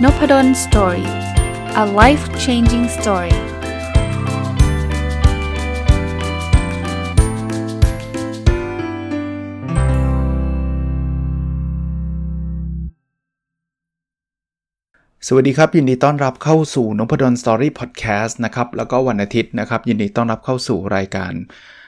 Noppadan Story. A life-changing story. สวัสดีครับยินดีต้อนรับเข้าสู่ Noppadan Story Podcast นะครับแล้วก็วันอาทิตย์นะครับยินดีต้อนรับเข้าสู่รายการ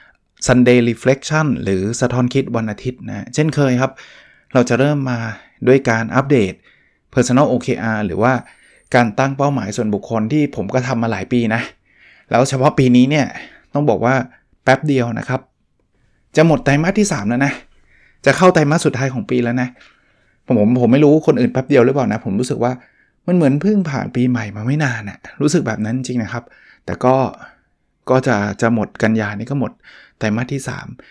Sunday Reflection หรือสะท้อนคิดวันอาทิตย์นะเช่นเคยครับเราจะเริ่มมาด้วยการอัปเดต Personal OKR หรือว่าการตั้งเป้าหมายส่วนบุคคลที่ผมก็ทำมาหลายปีนะแล้วเฉพาะปีนี้เนี่ยต้องบอกว่าแป๊บเดียวนะครับจะหมดไตรมาสที่3แล้วนะจะเข้าไตรมาสสุดท้ายของปีแล้วนะผมไม่รู้คนอื่นแป๊บเดียวหรือเปล่านะผมรู้สึกว่ามันเหมือนเพิ่งผ่านปีใหม่มาไม่นานน่ะรู้สึกแบบนั้นจริงนะครับแต่ก็จะหมดกันยานี่ก็หมดไตรมาสที่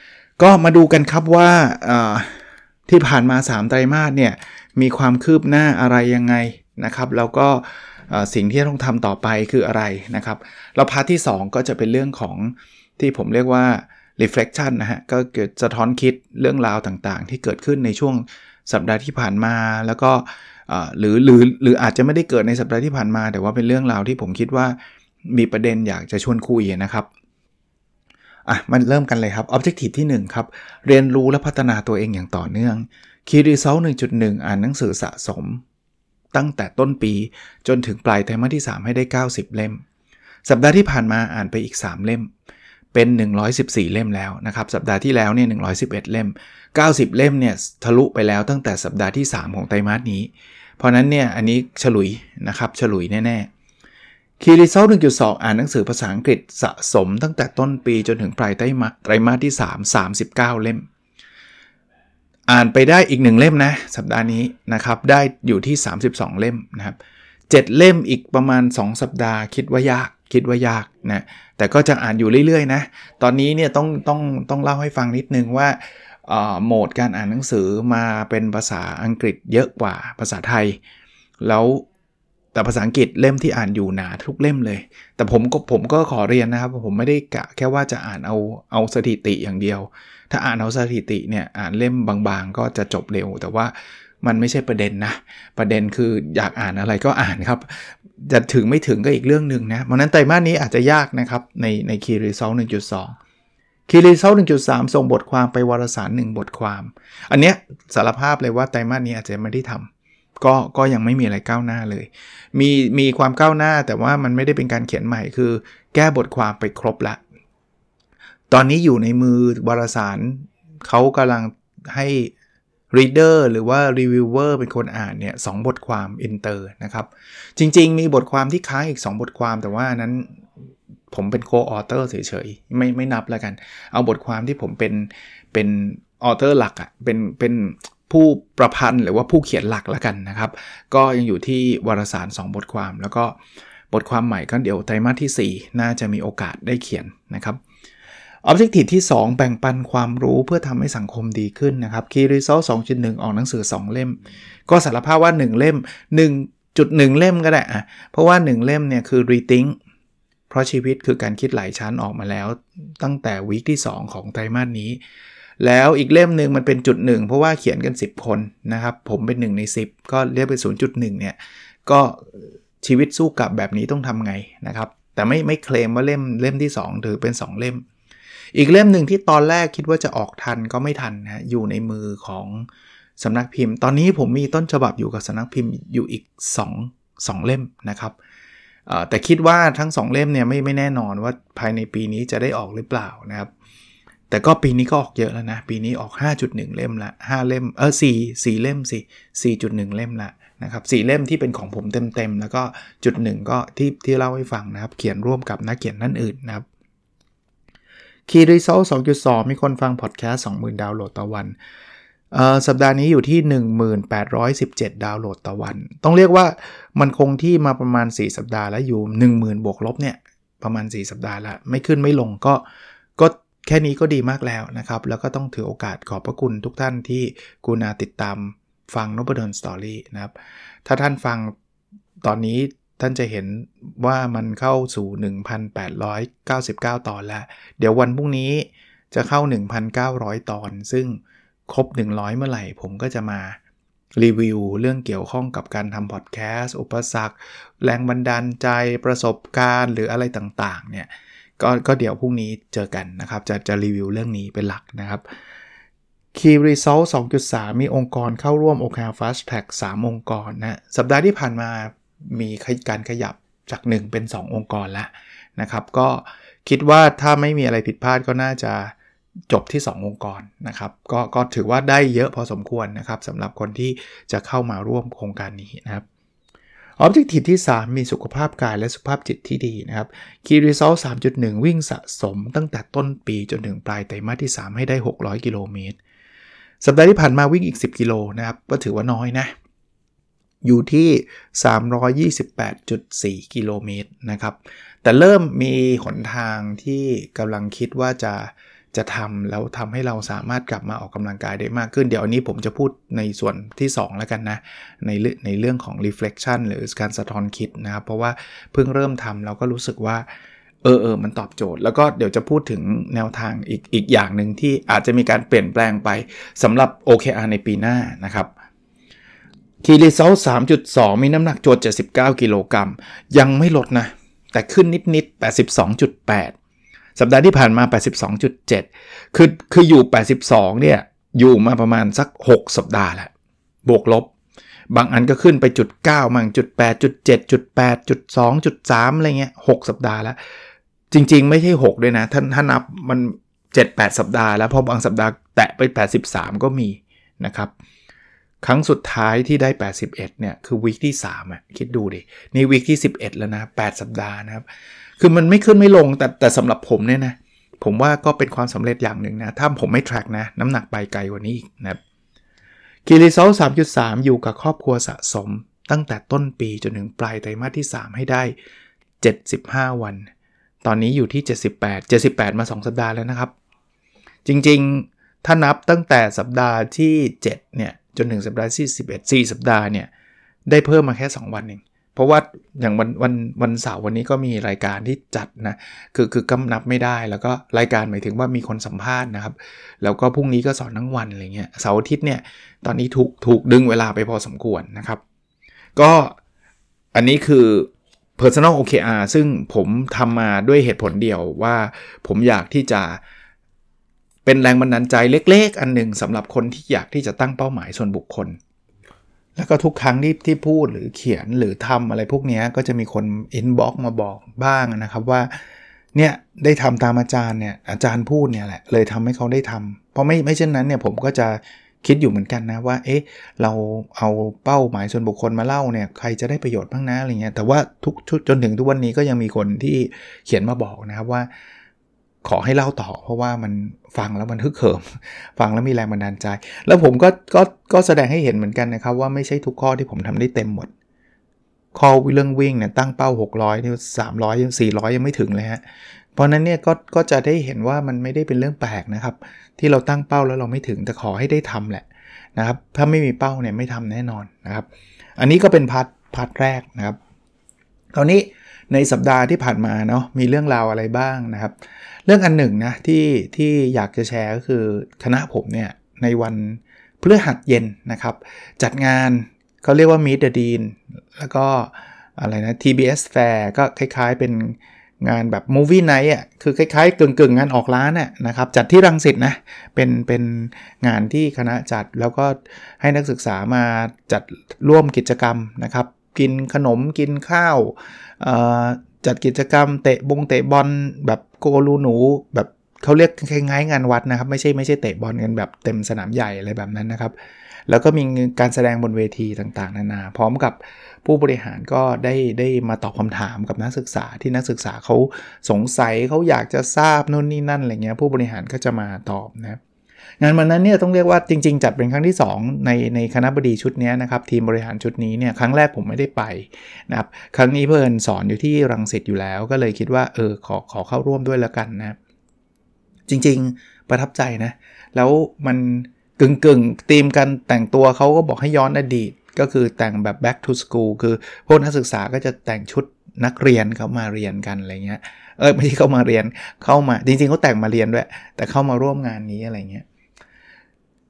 3ก็มาดูกันครับว่าที่ผ่านมา3ไตรมาสเนี่ยมีความคืบหน้าอะไรยังไงนะครับแล้วก็สิ่งที่ต้องทำต่อไปคืออะไรนะครับแล้วพาร์ทที่2ก็จะเป็นเรื่องของที่ผมเรียกว่า reflection นะฮะก็เกิดสะท้อนคิดเรื่องราวต่างๆที่เกิดขึ้นในช่วงสัปดาห์ที่ผ่านมาแล้วก็หรืออาจจะไม่ได้เกิดในสัปดาห์ที่ผ่านมาแต่ว่าเป็นเรื่องราวที่ผมคิดว่ามีประเด็นอยากจะชวนคุยนะครับมันเริ่มกันเลยครับ Objective ที่1ครับเรียนรู้และพัฒนาตัวเองอย่างต่อเนื่อง Key Result 1.1 อ่านหนังสือสะสมตั้งแต่ต้นปีจนถึงปลายไตรมาสที่3ให้ได้90เล่มสัปดาห์ที่ผ่านมาอ่านไปอีก3เล่มเป็น114เล่มแล้วนะครับสัปดาห์ที่แล้วเนี่ย111เล่ม90เล่มเนี่ยทะลุไปแล้วตั้งแต่สัปดาห์ที่3ของไตรมาสนี้เพราะนั้นเนี่ยอันนี้ฉลุยนะครับฉลุยแน่ๆ Key Result 1.2 อ่านหนังสือภาษาอังกฤษสะสมตั้งแต่ต้นปีจนถึงปลายไตรมาสที่3 39เล่มอ่านไปได้อีก1เล่มนะสัปดาห์นี้นะครับได้อยู่ที่32เล่มนะครับ7เล่มอีกประมาณ2สัปดาห์คิดว่ายากนะแต่ก็จะอ่านอยู่เรื่อยๆนะตอนนี้เนี่ยต้องเล่าให้ฟังนิดนึงว่าโหมดการอ่านหนังสือมาเป็นภาษาอังกฤษเยอะกว่าภาษาไทยแล้วแต่ภาษาอังกฤษเล่มที่อ่านอยู่หนาทุกเล่มเลยแต่ผมก็ขอเรียนนะครับผมไม่ได้กะแค่ว่าจะอ่านเอาสถิติอย่างเดียวถ้าอ่านเอาสถิติเนี่ยอ่านเล่มบางๆก็จะจบเร็วแต่ว่ามันไม่ใช่ประเด็นนะประเด็นคืออยากอ่านอะไรก็อ่านครับจะถึงไม่ถึงก็อีกเรื่องนึงนะเพราะนั้นไตรมาสนี้อาจจะยากนะครับใน Key Result 1.2 Key Result 1.3 ส่งบทความไปวารสาร1บทความอันเนี้ยสารภาพเลยว่าไตรมาสนี้อาจจะไม่ได้ทำก็ยังไม่มีอะไรก้าวหน้าเลยมีความก้าวหน้าแต่ว่ามันไม่ได้เป็นการเขียนใหม่คือแก้บทความไปครบละตอนนี้อยู่ในมือวารสารเขากำลังให้ reader หรือว่า reviewer เป็นคนอ่านเนี่ย2บทความ inter นะครับจริงๆมีบทความที่ค้างอีก2บทความแต่ว่านั้นผมเป็น co-author เฉยๆไม่นับแล้วกันเอาบทความที่ผมเป็น author หลักอ่ะเป็นผู้ประพันธ์หรือว่าผู้เขียนหลักแล้วกันนะครับก็ยังอยู่ที่วารสาร2บทความแล้วก็บทความใหม่ก็เดี๋ยวไตรมาสที่4น่าจะมีโอกาสได้เขียนนะครับ Objective ที่2แบ่งปันความรู้เพื่อทำให้สังคมดีขึ้นนะครับ Key Result 2.1 ออกหนังสือ2เล่มก็สารภาพว่า1เล่ม 1.1 เล่มก็ได้เพราะว่า1เล่มเนี่ยคือ Rethink เพราะชีวิตคือการคิดหลายชั้นออกมาแล้วตั้งแต่วีคที่2ของไตรมาสนี้แล้วอีกเล่มนึงมันเป็น1เพราะว่าเขียนกัน10คนนะครับผมเป็น1ใน10ก็เรียกเป็น 0.1 เนี่ยก็ชีวิตสู้กับแบบนี้ต้องทำไงนะครับแต่ไม่เคลมว่าเล่มที่2ถือเป็น2เล่มอีกเล่มหนึ่งที่ตอนแรกคิดว่าจะออกทันก็ไม่ทันนะอยู่ในมือของสำนักพิมพ์ตอนนี้ผมมีต้นฉบับอยู่กับสำนักพิมพ์อยู่อีก2เล่มนะครับแต่คิดว่าทั้ง2เล่มเนี่ยไม่แน่นอนว่าภายในปีนี้จะได้ออกหรือเปล่านะครับแต่ก็ปีนี้ก็ออกเยอะแล้วนะปีนี้ออก 5.1 เล่มละ5เล่ม4เล่มสิ 4.1 เล่มละนะครับ4เล่มที่เป็นของผมเต็มๆแล้วก็จุด1ก็ที่เล่าให้ฟังนะครับเขียนร่วมกับนักเขียนท่านอื่นนะครับKey Result 2.2 มีคนฟังพอดแคสต์ 20,000 ดาวน์โหลดต่อวันสัปดาห์นี้อยู่ที่ 1817 ดาวน์โหลดต่อวันต้องเรียกว่ามันคงที่มาประมาณ4สัปดาห์แล้วอยู่ 10,000 บวกลบเนี่ยประมาณ4สัปดาห์แล้วไม่ขึ้นไม่ลงก็แค่นี้ก็ดีมากแล้วนะครับแล้วก็ต้องถือโอกาสขอบพระคุณทุกท่านที่กรุณาติดตามฟัง Noppadan Story นะครับถ้าท่านฟังตอนนี้ท่านจะเห็นว่ามันเข้าสู่ 1,899 ตอนแล้วเดี๋ยววันพรุ่งนี้จะเข้า 1,900 ตอนซึ่งครบ100เมื่อไหร่ผมก็จะมารีวิวเรื่องเกี่ยวข้องกับการทำพอดแคสต์อุปสรรคแรงบันดาลใจประสบการณ์หรืออะไรต่างๆเนี่ยก็เดี๋ยวพรุ่งนี้เจอกันนะครับจะรีวิวเรื่องนี้เป็นหลักนะครับ Key Result 2.3 มีองค์กรเข้าร่วม OKR Fast Track 3 องค์กรนะสัปดาห์ที่ผ่านมามีการขยับจาก1เป็น2องค์กรแล้วนะครับก็คิดว่าถ้าไม่มีอะไรผิดพลาดก็น่าจะจบที่2องค์กรนะครับก็ถือว่าได้เยอะพอสมควรนะครับสำหรับคนที่จะเข้ามาร่วมโครงการนี้นะครับ Objective ที่ 3 มีสุขภาพกายและสุขภาพจิตที่ดีนะครับ Key Result 3.1 วิ่งสะสมตั้งแต่ต้นปีจนถึงปลายไตรมาสที่3ให้ได้600กิโลเมตรสัปดาห์ที่ผ่านมาวิ่งอีก10กิโลนะครับก็ถือว่าน้อยนะอยู่ที่ 328.4 กิโลเมตรนะครับแต่เริ่มมีหนทางที่กำลังคิดว่าจะทำแล้วทำให้เราสามารถกลับมาออกกำลังกายได้มากขึ้นเดี๋ยวอันนี้ผมจะพูดในส่วนที่2แล้วกันนะในเรื่องของ reflection หรือการสะท้อนคิดนะครับเพราะว่าเพิ่งเริ่มทำเราก็รู้สึกว่ามันตอบโจทย์แล้วก็เดี๋ยวจะพูดถึงแนวทางอีกอย่างหนึ่งที่อาจจะมีการเปลี่ยนแปลงไปสำหรับ OKR ในปีหน้านะครับ Key Result 3.2 มีน้ำหนักตัว79กิโลกรัมยังไม่ลดนะแต่ขึ้นนิดๆ 82.8 สัปดาห์ที่ผ่านมา 82.7 คืออยู่ 82 เนี่ยอยู่มาประมาณสัก6สัปดาห์แล้วบวกลบบางอันก็ขึ้นไปจุด9มั่งจุด8จุด7จุด8จุด2จุด3อะไรเงี้ย6สัปดาห์แล้วจริงๆไม่ใช่6ด้วยนะถ้านับมัน 7-8 สัปดาห์แล้วพอบางสัปดาห์แตะไป83ก็มีนะครับครั้งสุดท้ายที่ได้81เนี่ยคือวีคที่3อ่ะคิดดูดินี่วีคที่11แล้วนะ8สัปดาห์นะครับคือมันไม่ขึ้นไม่ลงแต่สำหรับผมเนี่ยนะผมว่าก็เป็นความสำเร็จอย่างหนึ่งนะถ้าผมไม่ track นะน้ำหนักไปไกลกว่านี้อีกนะครับ Key Result 3.3 อยู่กับครอบครัวสะสมตั้งแต่ต้นปีจนถึงปลายไตรมาสที่3ให้ได้75วันตอนนี้อยู่ที่78มา2สัปดาห์แล้วนะครับจริงๆถ้านับตั้งแต่สัปดาห์ที่7เนี่ยจนถึงสัปดาห์ที่11 4สัปดาห์เนี่ยได้เพิ่มมาแค่2วันเองเพราะว่าอย่างวันเสาร์วันนี้ก็มีรายการที่จัดนะคือกำนับไม่ได้แล้วก็รายการหมายถึงว่ามีคนสัมภาษณ์นะครับแล้วก็พรุ่งนี้ก็สอนทั้งวันอะไรเงี้ยเสาร์อาทิตย์เนี่ยตอนนี้ถูกดึงเวลาไปพอสมควรนะครับก็อันนี้คือ Personal OKR ซึ่งผมทำมาด้วยเหตุผลเดียวว่าผมอยากที่จะเป็นแรงบันดาลใจเล็กๆอันหนึ่งสำหรับคนที่อยากที่จะตั้งเป้าหมายส่วนบุคคลแล้วก็ทุกครั้งที่พูดหรือเขียนหรือทำอะไรพวกนี้ก็จะมีคนอินบ็อกซ์มาบอกบ้างนะครับว่าเนี่ยได้ทำตามอาจารย์เนี่ยอาจารย์พูดเนี่ยแหละเลยทำให้เขาได้ทำเพราะไม่เช่นนั้นเนี่ยผมก็จะคิดอยู่เหมือนกันนะว่าเราเอาเป้าหมายส่วนบุคคลมาเล่าเนี่ยใครจะได้ประโยชน์บ้างนะอะไรเงี้ยแต่ว่าจนถึงทุกวันนี้ก็ยังมีคนที่เขียนมาบอกนะครับว่าขอให้เล่าต่อเพราะว่ามันฟังแล้วมันฮึกเหิมฟังแล้วมีแรงบันดาลใจแล้วผมก็แสดงให้เห็นเหมือนกันนะครับว่าไม่ใช่ทุกข้อที่ผมทำได้เต็มหมดข้อเรื่องวิ่งเนี่ยตั้งเป้า600นี่300ยัง400ยังไม่ถึงเลยฮะเพราะนั้นเนี่ยก็จะได้เห็นว่ามันไม่ได้เป็นเรื่องแปลกนะครับที่เราตั้งเป้าแล้วเราไม่ถึงแต่ขอให้ได้ทำแหละนะครับถ้าไม่มีเป้าเนี่ยไม่ทำแน่นอนนะครับอันนี้ก็เป็นพาร์ทแรกนะครับคราวนี้ในสัปดาห์ที่ผ่านมาเนาะมีเรื่องราวอะไรบ้างนะครับเรื่องอันหนึ่งนะที่อยากจะแชร์ก็คือคณะผมเนี่ยในวันพฤหัสเย็นนะครับจัดงานเขาเรียกว่า Meet the Dean แล้วก็อะไรนะ TBS Fair ก็คล้ายๆเป็นงานแบบ Movie Night อ่ะคือคล้ายๆกึ่งงานออกร้านน่ะนะครับจัดที่รังสิตนะเป็นงานที่คณะจัดแล้วก็ให้นักศึกษามาจัดร่วมกิจกรรมนะครับกินขนมกินข้าวจัดกิจกรรมเตะบอลแบบโกลูหนูแบบเขาเรียกคล้ายๆงานวัดนะครับไม่ใช่เตะบอลกันแบบเต็มสนามใหญ่อะไรแบบนั้นนะครับแล้วก็มีการแสดงบนเวทีต่างๆนานาพร้อมกับผู้บริหารก็ได้มาตอบคำถามกับนักศึกษาที่นักศึกษาเขาสงสัยเขาอยากจะทราบนู่นนี่นั่นอะไรเงี้ยผู้บริหารก็จะมาตอบนะงานวันนั้นเนี่ยต้องเรียกว่าจริงๆจัดเป็นครั้งที่2ในคณะบดีชุดนี้นะครับทีมบริหารชุดนี้เนี่ยครั้งแรกผมไม่ได้ไปนะครับครั้งนี้เพิ่นสอนอยู่ที่รังสิตอยู่แล้วก็เลยคิดว่าขอเข้าร่วมด้วยแล้วกันนะจริงๆประทับใจนะแล้วมันกึ่งธีมกันแต่งตัวเขาก็บอกให้ย้อนอดีตก็คือแต่งแบบ back to school คือพวกนักศึกษาก็จะแต่งชุดนักเรียนเขามาเรียนกันอะไรเงี้ยไม่ใช่เข้ามาเรียนเข้ามาจริงๆเขาแต่งมาเรียนด้วยแต่เข้ามาร่วมงานนี้อะไรเงี้ย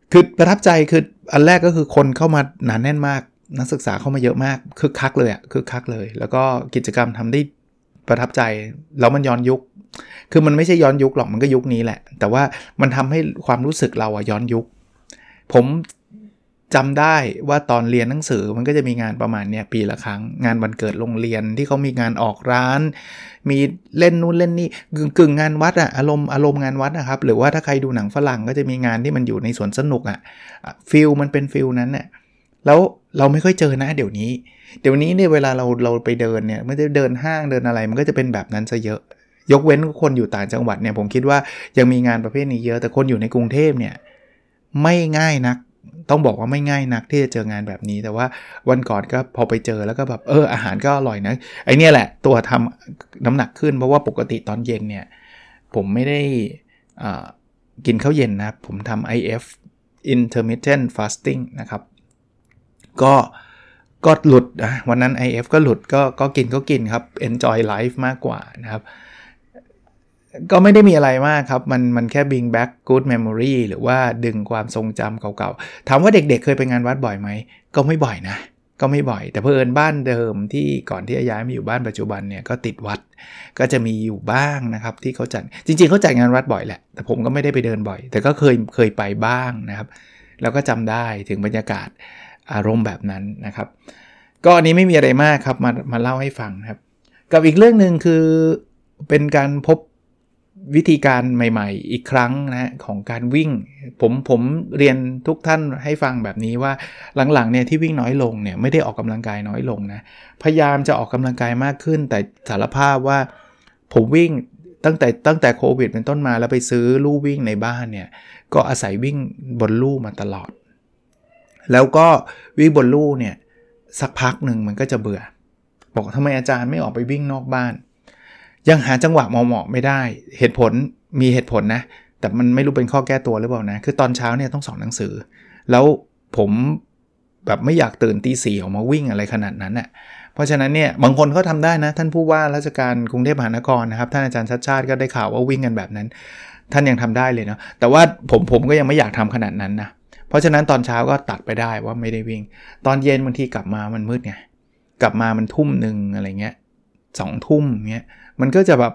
คือประทับใจคืออันแรกก็คือคนเข้ามาหนาแน่นมากนักศึกษาเข้ามาเยอะมากคึกคักเลยอ่ะคึกคักเลยแล้วก็กิจกรรมทำได้ประทับใจแล้วมันย้อนยุคคือมันไม่ใช่ย้อนยุคหรอกมันก็ยุคนี้แหละแต่ว่ามันทำให้ความรู้สึกเราอะย้อนยุคผมจำได้ว่าตอนเรียนหนังสือมันก็จะมีงานประมาณเนี้ยปีละครั้งงานวันเกิดโรงเรียนที่เขามีงานออกร้านมีเล่นนู่นเล่นนี่กึ่งงานวัดอะอารมณ์งานวัดนะครับหรือว่าถ้าใครดูหนังฝรั่งก็จะมีงานที่มันอยู่ในสวนสนุกอะฟิลมันเป็นฟิลนั้นเนี่ยแล้วเราไม่ค่อยเจอนะเดี๋ยวนี้เนี่ยเวลาเราไปเดินเนี่ยไม่ได้เดินห้างเดินอะไรมันก็จะเป็นแบบนั้นซะเยอะยกเว้นคนอยู่ต่างจังหวัดเนี่ยผมคิดว่ายังมีงานประเภทนี้เยอะแต่คนอยู่ในกรุงเทพเนี่ยไม่ง่ายนักต้องบอกว่าไม่ง่ายนักที่จะเจองานแบบนี้แต่ว่าวันก่อนก็พอไปเจอแล้วก็แบบอาหารก็อร่อยนะไอเนี่ยแหละตัวทำน้ำหนักขึ้นเพราะว่าปกติตอนเย็นเนี่ยผมไม่ได้กินข้าวเย็นนะผมทำ IF intermittent fasting นะครับก็หลุดนะวันนั้น IF ก็หลุดก็กินครับ enjoy life มากกว่านะครับก็ไม่ได้มีอะไรมากครับมันแค่ bring back good memory หรือว่าดึงความทรงจำเก่าๆถามว่าเด็กๆเคยไปงานวัดบ่อยไหมก็ไม่บ่อยนะก็ไม่บ่อยแต่เผอิญบ้านเดิมที่ก่อนที่จะย้ายมาอยู่บ้านปัจจุบันเนี่ยก็ติดวัดก็จะมีอยู่บ้างนะครับที่เขาจัดจริงๆเขาจัดงานวัดบ่อยแหละแต่ผมก็ไม่ได้ไปเดินบ่อยแต่ก็เคยไปบ้างนะครับแล้วก็จำได้ถึงบรรยากาศอารมณ์แบบนั้นนะครับก็อันนี้ไม่มีอะไรมากครับมาเล่าให้ฟังครับกับอีกเรื่องนึงคือเป็นการพบวิธีการใหม่ๆอีกครั้งนะของการวิ่งผมเรียนทุกท่านให้ฟังแบบนี้ว่าหลังๆเนี่ยที่วิ่งน้อยลงเนี่ยไม่ได้ออกกำลังกายน้อยลงนะพยายามจะออกกำลังกายมากขึ้นแต่สารภาพว่าผมวิ่งตั้งแต่โควิดเป็นต้นมาแล้วไปซื้อลู่วิ่งในบ้านเนี่ยก็อาศัยวิ่งบนลู่มาตลอดแล้วก็วิ่งบนลู่เนี่ยสักพักหนึ่งมันก็จะเบื่อบอกทำไมอาจารย์ไม่ออกไปวิ่งนอกบ้านยังหาจังหวะเหมาะไม่ได้มีเหตุผลนะแต่มันไม่รู้เป็นข้อแก้ตัวหรือเปล่านะคือตอนเช้าเนี่ยต้องสอนหนังสือแล้วผมแบบไม่อยากตื่นตี 4ออกมาวิ่งอะไรขนาดนั้นน่ะเพราะฉะนั้นเนี่ยบางคนเขาทำได้นะท่านผู้ว่าราชการกรุงเทพมหานครนะครับท่านอาจารย์ชัชชาติก็ได้ข่าวว่าวิ่งกันแบบนั้นท่านยังทำได้เลยเนาะแต่ว่าผมก็ยังไม่อยากทำขนาดนั้นนะเพราะฉะนั้นตอนเช้าก็ตัดไปได้ว่าไม่ได้วิ่งตอนเย็นบางทีกลับมามันมืดไงกลับมามันทุ่มนึงอะไรเงี้ย2 ทุ่มเงี้ยมันก็จะแบบ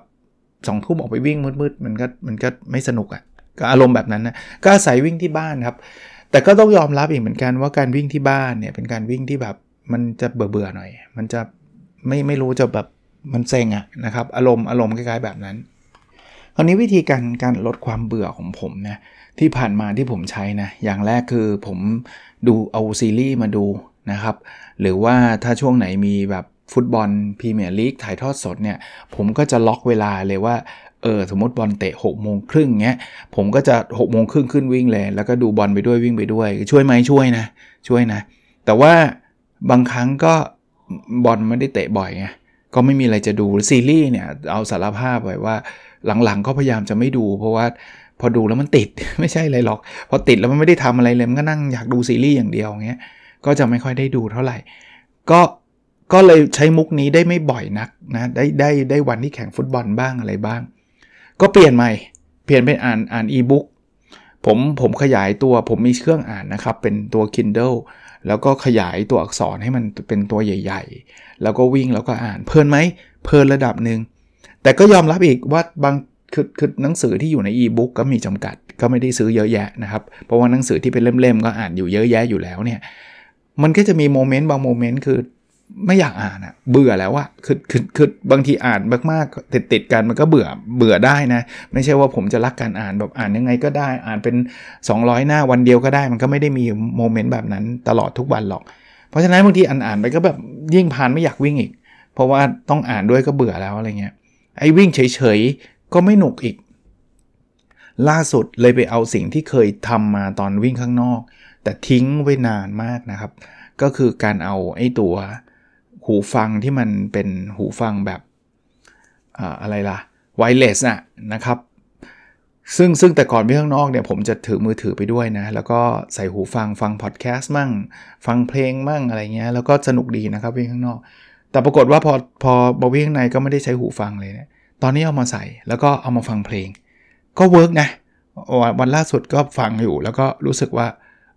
2 ทุ่มออกไปวิ่งมืดๆมันก็ไม่สนุกอ่ะก็อารมณ์แบบนั้นนะก็อาศัยวิ่งที่บ้านครับแต่ก็ต้องยอมรับอีกเหมือนกันว่าการวิ่งที่บ้านเนี่ยเป็นการวิ่งที่แบบมันจะเบื่อหน่อยมันจะไม่รู้จะแบบมันเซ็งอ่ะนะครับอารมณ์คล้ายๆแบบนั้นคราวนี้วิธีการลดความเบื่อของผมนะที่ผ่านมาที่ผมใช้นะอย่างแรกคือผมดูเอาซีรีส์มาดูนะครับหรือว่าถ้าช่วงไหนมีแบบฟุตบอลพรีเมียร์ลีกถ่ายทอดสดเนี่ยผมก็จะล็อกเวลาเลยว่าสมมติบอลเตะ 18:30 เงี้ยผมก็จะ 18:30 ขึ้นวิ่งเลยแล้วก็ดูบอลไปด้วยวิ่งไปด้วยช่วยไหมช่วยนะแต่ว่าบางครั้งก็บอลไม่ได้เตะบ่อยไงก็ไม่มีอะไรจะดูซีรีส์เนี่ยเอาสารภาพไว้ว่าหลังๆก็พยายามจะไม่ดูเพราะว่าพอดูแล้วมันติด ไม่ใช่อะไรหรอกพอติดแล้วมันไม่ได้ทำอะไรเลยมันก็นั่งอยากดูซีรีส์อย่างเดียวเงี้ยก็จะไม่ค่อยได้ดูเท่าไหร่ก็เลยใช้มุกนี้ได้ไม่บ่อยนักนะได้วันที่แข่งฟุตบอลบ้างอะไรบ้างก็เปลี่ยนเป็นอ่านอีบุ๊กผมขยายตัวผมมีเครื่องอ่านนะครับเป็นตัว Kindle แล้วก็ขยายตัวอักษรให้มันเป็นตัวใหญ่ๆแล้วก็วิ่งแล้วก็อ่านเพลินไหมเพลินระดับนึงแต่ก็ยอมรับอีกว่าบางคือหนังสือที่อยู่ในอีบุ๊กก็มีจำกัดก็ไม่ได้ซื้อเยอะแยะนะครับเพราะว่าหนังสือที่เป็นเล่มๆก็อ่านอยู่เยอะแยะอยู่แล้วเนี่ยมันก็จะมีโมเมนต์บางโมเมนต์คือไม่อยากอ่านอ่ะเบื่อแล้วอ่ะคือบางทีอ่านมากๆติดกันมันก็เบื่อได้นะไม่ใช่ว่าผมจะรักการอ่านแบบอ่านยังไงก็ได้อ่านเป็น200 หน้าวันเดียวก็ได้มันก็ไม่ได้มีโมเมนต์แบบนั้นตลอดทุกวันหรอกเพราะฉะนั้นบางทีอ่านไปก็แบบยิ่งผ่านไม่อยากวิ่งอีกเพราะว่าต้องอ่านด้วยก็เบื่อแล้วอะไรเงี้ยไอ้วิ่งเฉยๆก็ไม่หนุกอีกล่าสุดเลยไปเอาสิ่งที่เคยทำมาตอนวิ่งข้างนอกแต่ทิ้งไว้นานมากนะครับก็คือการเอาไอ้ตัวหูฟังที่มันเป็นหูฟังแบบอะไรล่ะไวเลสนะครับซึ่งแต่ก่อนไปข้างนอกเนี่ยผมจะถือมือถือไปด้วยนะแล้วก็ใส่หูฟังพอดแคสต์มั่งฟังเพลงมั่งอะไรเงี้ยแล้วก็สนุกดีนะครับวิ่งข้างนอกแต่ปรากฏว่าพอวิ่งข้างในก็ไม่ได้ใช้หูฟังเลยเนี่ยตอนนี้เอามาใส่แล้วก็เอามาฟังเพลงก็เวิร์กนะวันล่าสุดก็ฟังอยู่แล้วก็รู้สึกว่า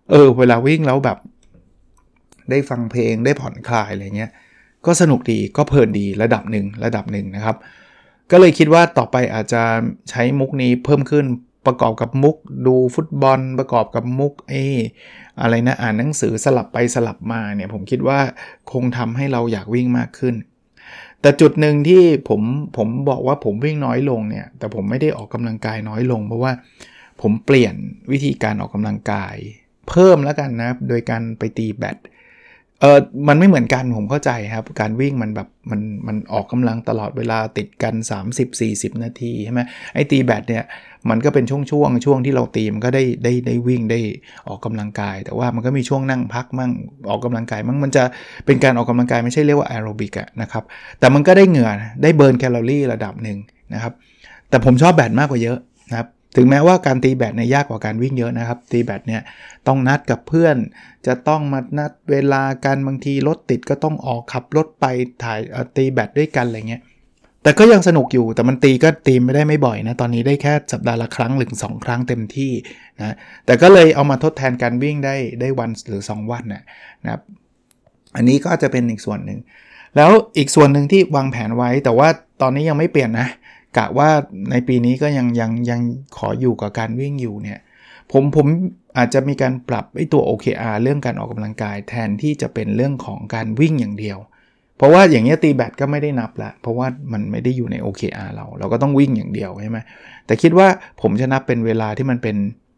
เวลาวิ่งแล้วแบบได้ฟังเพลงได้ผ่อนคลายอะไรเงี้ยก็สนุกดีก็เพลินดีระดับหนึ่งนะครับก็เลยคิดว่าต่อไปอาจจะใช้มุกนี้เพิ่มขึ้นประกอบกับมุกดูฟุตบอลประกอบกับมุกอะไรนะอ่านหนังสือสลับไปสลับมาเนี่ยผมคิดว่าคงทำให้เราอยากวิ่งมากขึ้นแต่จุดหนึ่งที่ผมบอกว่าผมวิ่งน้อยลงเนี่ยแต่ผมไม่ได้ออกกำลังกายน้อยลงเพราะว่าผมเปลี่ยนวิธีการออกกำลังกายเพิ่มแล้วกันนะโดยการไปตีแบดมันไม่เหมือนกันผมเข้าใจครับการวิ่งมันแบบมันออกกำลังตลอดเวลาติดกัน 30-40 นาทีใช่ไหมไอ้ตีแบดเนี่ยมันก็เป็นช่วงที่เราตีมันก็ได้วิ่งได้ออกกำลังกายแต่ว่ามันก็มีช่วงนั่งพักมั่งออกกำลังกายมั่งมันจะเป็นการออกกำลังกายไม่ใช่เรียกว่าแอโรบิกนะครับแต่มันก็ได้เหงื่อได้เบิร์นแคลอรี่ระดับหนึ่งนะครับแต่ผมชอบแบดมากกว่าเยอะนะครับถึงแม้ว่าการตีแบดเนี่ยยากกว่าการวิ่งเยอะนะครับตีแบดเนี่ยต้องนัดกับเพื่อนจะต้องมานัดเวลากันบางทีรถติดก็ต้องออกขับรถไปถ่ายตีแบดด้วยกันอะไรเงี้ยแต่ก็ยังสนุกอยู่แต่มันก็ตีไม่ได้ไม่บ่อยนะตอนนี้ได้แค่สัปดาห์ละครั้งหรือ2ครั้งเต็มที่นะแต่ก็เลยเอามาทดแทนการวิ่งได้วันหรือ2วันนะครับอันนี้ก็จะเป็นอีกส่วนหนึ่งแล้วอีกส่วนหนึ่งที่วางแผนไว้แต่ว่าตอนนี้ยังไม่เปลี่ยนนะกะว่าในปีนี้ก็ยังขออยู่กับการวิ่งอยู่เนี่ยผมอาจจะมีการปรับไอ้ตัว OKR เรื่องการออกกำลังกายแทนที่จะเป็นเรื่องของการวิ่งอย่างเดียวเพราะว่าอย่างเงี้ยตีแบดก็ไม่ได้นับละเพราะว่ามันไม่ได้อยู่ใน OKR เราก็ต้องวิ่งอย่างเดียวใช่ไหมแต่คิดว่าผมจะนับเป็นเวลาที่มัน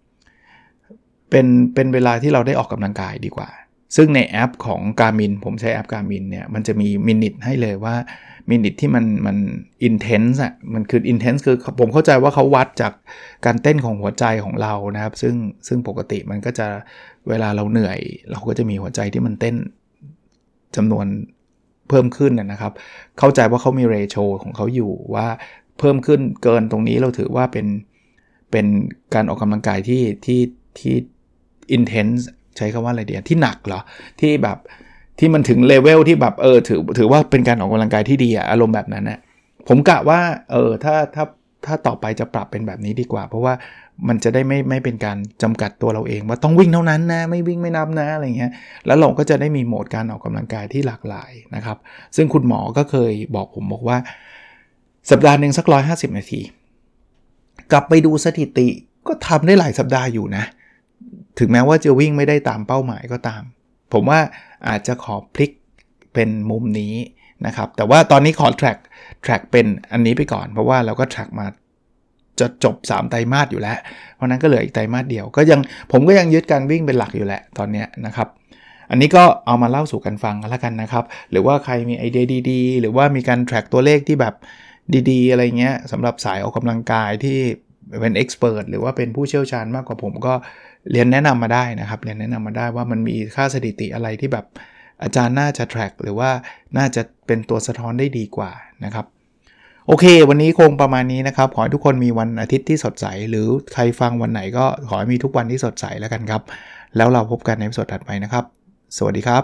เป็นเวลาที่เราได้ออกกำลังกายดีกว่าซึ่งในแอปของ Garmin ผมใช้แอป Garmin เนี่ยมันจะมีมินิทให้เลยว่ามินิทที่มัน intense อ่ะมันคือ intense คือผมเข้าใจว่าเขาวัดจากการเต้นของหัวใจของเรานะครับซึ่งปกติมันก็จะเวลาเราเหนื่อยเราก็จะมีหัวใจที่มันเต้นจำนวนเพิ่มขึ้นนะครับเข้าใจว่าเขามีเรโชของเขาอยู่ว่าเพิ่มขึ้นเกินตรงนี้เราถือว่าเป็นการออกกำลังกายที่ intense ใช้คำว่าอะไรดีที่หนักเหรอที่แบบที่มันถึงเลเวลที่แบบถือว่าเป็นการออกกำลังกายที่ดีอารมณ์แบบนั้นนะผมกะว่าถ้าต่อไปจะปรับเป็นแบบนี้ดีกว่าเพราะว่ามันจะได้ไม่เป็นการจำกัดตัวเราเองว่าต้องวิ่งเท่านั้นนะไม่วิ่งไม่นับนะอะไรเงี้ยแล้วเราก็จะได้มีโหมดการออกกำลังกายที่หลากหลายนะครับซึ่งคุณหมอก็เคยบอกผมบอกว่าสัปดาห์นึงสัก150นาทีกลับไปดูสถิติก็ทำได้หลายสัปดาห์อยู่นะถึงแม้ว่าจะวิ่งไม่ได้ตามเป้าหมายก็ตามผมว่าอาจจะขอพลิกเป็นมุมนี้นะครับแต่ว่าตอนนี้ขอ track เป็นอันนี้ไปก่อนเพราะว่าเราก็ track มาจะจบ3ไตรมาสอยู่แล้วเพราะนั้นก็เหลืออีกไตรมาสเดียวผมก็ยังยึดการวิ่งเป็นหลักอยู่แหละตอนนี้นะครับอันนี้ก็เอามาเล่าสู่กันฟังกันแล้วกันนะครับหรือว่าใครมีไอเดียดีๆหรือว่ามีการ track ตัวเลขที่แบบดีๆอะไรเงี้ยสำหรับสายออกกำลังกายที่เป็น expert หรือว่าเป็นผู้เชี่ยวชาญมากกว่าผมก็เรียนแนะนำมาได้นะครับเรียนแนะนำมาได้ว่ามันมีค่าสถิติอะไรที่แบบอาจารย์น่าจะ track หรือว่าน่าจะเป็นตัวสะท้อนได้ดีกว่านะครับโอเควันนี้คงประมาณนี้นะครับขอให้ทุกคนมีวันอาทิตย์ที่สดใสหรือใครฟังวันไหนก็ขอให้มีทุกวันที่สดใสแล้วกันครับแล้วเราพบกันในตอนถัดไปนะครับสวัสดีครับ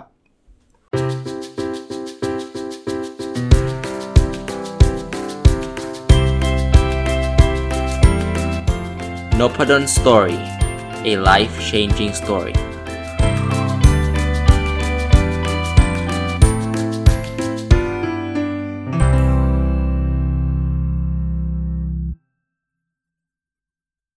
Nopadon Story, a life-changing story.